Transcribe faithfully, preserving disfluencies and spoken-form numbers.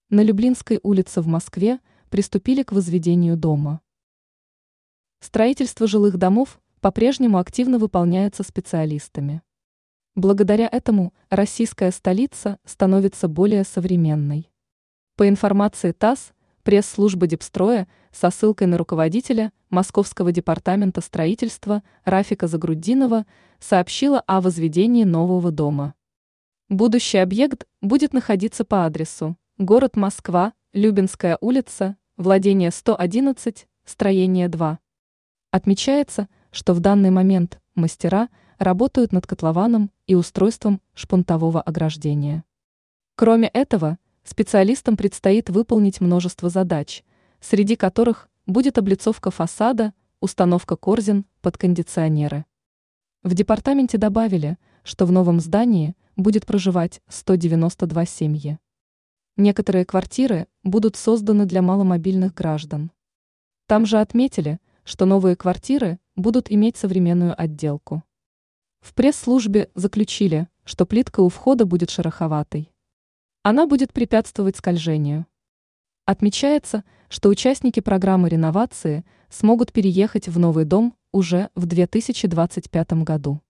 На Люблинской улице в Москве приступили к возведению дома. Строительство жилых домов по-прежнему активно выполняется специалистами. Благодаря этому российская столица становится более современной. По информации ТАСС, пресс-служба Депстроя со ссылкой на руководителя Московского департамента строительства Рафика Загруддинова сообщила о возведении нового дома. Будущий объект будет находиться по адресу: город Москва, Любинская улица, владение сто одиннадцать, строение два. Отмечается, что в данный момент мастера работают над котлованом и устройством шпунтового ограждения. Кроме этого, специалистам предстоит выполнить множество задач, среди которых будет облицовка фасада, установка корзин под кондиционеры. В департаменте добавили, что в новом здании будет проживать сто девяносто две семьи. Некоторые квартиры будут созданы для маломобильных граждан. Там же отметили, что новые квартиры будут иметь современную отделку. В пресс-службе заключили, что плитка у входа будет шероховатой. Она будет препятствовать скольжению. Отмечается, что участники программы реновации смогут переехать в новый дом уже в две тысячи двадцать пятом году.